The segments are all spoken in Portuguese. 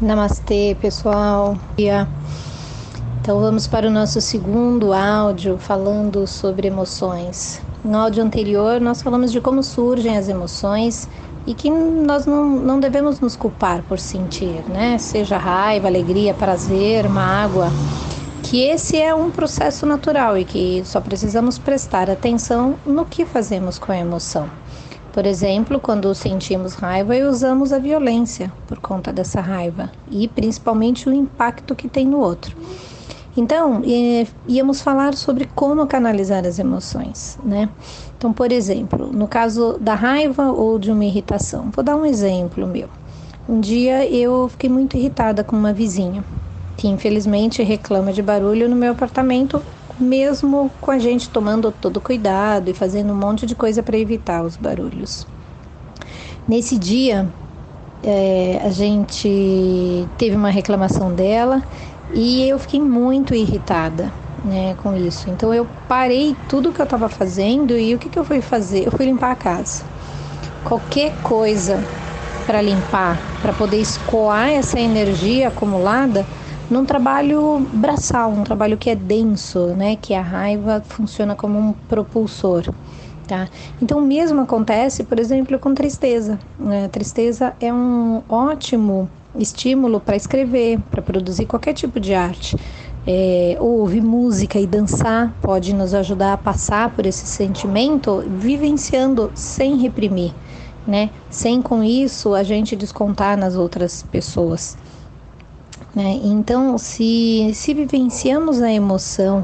Namastê, pessoal. Então vamos para o nosso segundo áudio falando sobre emoções. No áudio anterior nós falamos de como surgem as emoções e que nós não devemos nos culpar por sentir, né? Seja raiva, alegria, prazer, mágoa, que esse é um processo natural e que só precisamos prestar atenção no que fazemos com a emoção. Por exemplo, quando sentimos raiva e usamos a violência por conta dessa raiva e principalmente o impacto que tem no outro. Então, íamos falar sobre como canalizar as emoções, né? Então, por exemplo, no caso da raiva ou de uma irritação, vou dar um exemplo meu. Um dia eu fiquei muito irritada com uma vizinha, que infelizmente reclama de barulho no meu apartamento, mesmo com a gente tomando todo cuidado e fazendo um monte de coisa para evitar os barulhos. Nesse dia, a gente teve uma reclamação dela e eu fiquei muito irritada, né, com isso. Então eu parei tudo que eu estava fazendo e o que eu fui fazer? Eu fui limpar a casa. Qualquer coisa para limpar, para poder escoar essa energia acumulada num trabalho braçal, um trabalho que é denso, né? Que a raiva funciona como um propulsor, tá? Então, o mesmo acontece, por exemplo, com tristeza, né? Tristeza é um ótimo estímulo para escrever, para produzir qualquer tipo de arte. Ouvir música e dançar pode nos ajudar a passar por esse sentimento, vivenciando sem reprimir, né? Sem com isso a gente descontar nas outras pessoas. Então, se vivenciamos a emoção,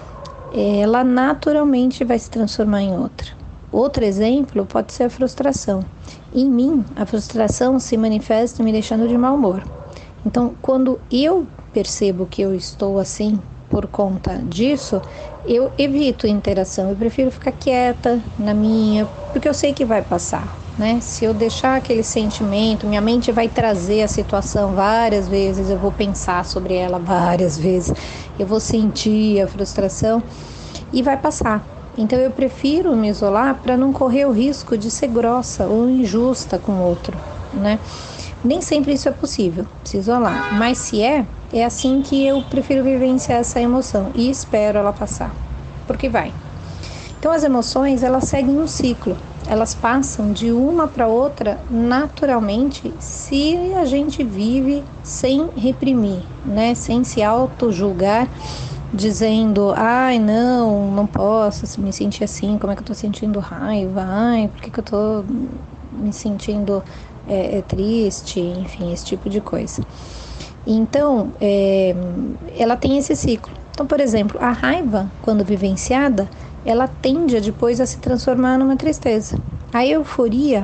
ela naturalmente vai se transformar em outra. Outro exemplo pode ser a frustração. Em mim, a frustração se manifesta me deixando de mau humor. Então, quando eu percebo que eu estou assim por conta disso, eu evito interação, eu prefiro ficar quieta na minha, porque eu sei que vai passar. Né? Se eu deixar aquele sentimento, minha mente vai trazer a situação várias vezes, eu vou pensar sobre ela várias vezes, eu vou sentir a frustração e vai passar. Então eu prefiro me isolar para não correr o risco de ser grossa ou injusta com o outro, né? Nem sempre isso é possível, se isolar, mas se é assim que eu prefiro vivenciar essa emoção e espero ela passar, porque vai. Então as emoções, elas seguem um ciclo. Elas passam de uma para outra naturalmente se a gente vive sem reprimir, né? Sem se auto-julgar, dizendo, ai, não posso me sentir assim, como é que eu tô sentindo raiva, ai, por que eu tô me sentindo triste, enfim, esse tipo de coisa. Então, ela tem esse ciclo. Então, por exemplo, a raiva, quando vivenciada, ela tende a depois a se transformar numa tristeza. A euforia,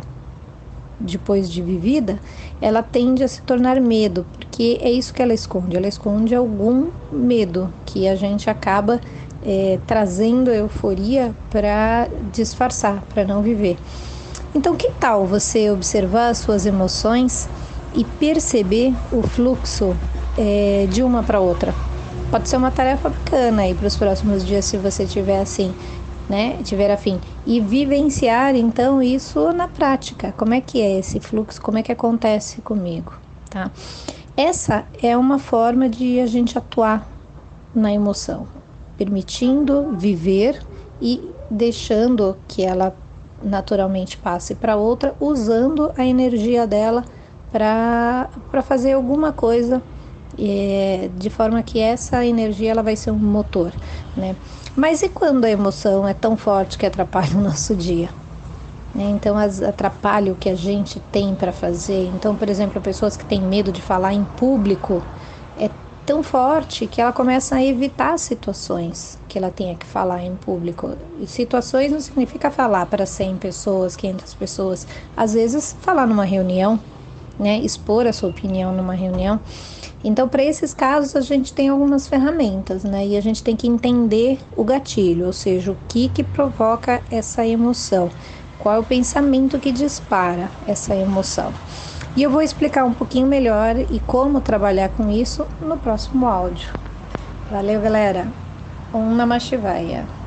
depois de vivida, ela tende a se tornar medo, porque é isso que ela esconde algum medo que a gente acaba trazendo a euforia para disfarçar, para não viver. Então, que tal você observar as suas emoções e perceber o fluxo de uma para outra? Pode ser uma tarefa bacana aí para os próximos dias, se você tiver assim, né? Tiver afim. E vivenciar, então, isso na prática. Como é que é esse fluxo? Como é que acontece comigo, tá? Essa é uma forma de a gente atuar na emoção, permitindo viver e deixando que ela naturalmente passe para outra, usando a energia dela para fazer alguma coisa, de forma que essa energia ela vai ser um motor, né? Mas e quando a emoção é tão forte que atrapalha o nosso dia? Então, atrapalha o que a gente tem para fazer. Então, por exemplo, pessoas que têm medo de falar em público, é tão forte que ela começa a evitar situações que ela tenha que falar em público. E situações não significa falar para 100 pessoas, 500 pessoas. Às vezes, falar numa reunião, né? Expor a sua opinião numa reunião. Então, para esses casos, a gente tem algumas ferramentas, né? E a gente tem que entender o gatilho, ou seja, o que provoca essa emoção. Qual é o pensamento que dispara essa emoção. E eu vou explicar um pouquinho melhor e como trabalhar com isso no próximo áudio. Valeu, galera! Om Namah Shivaya.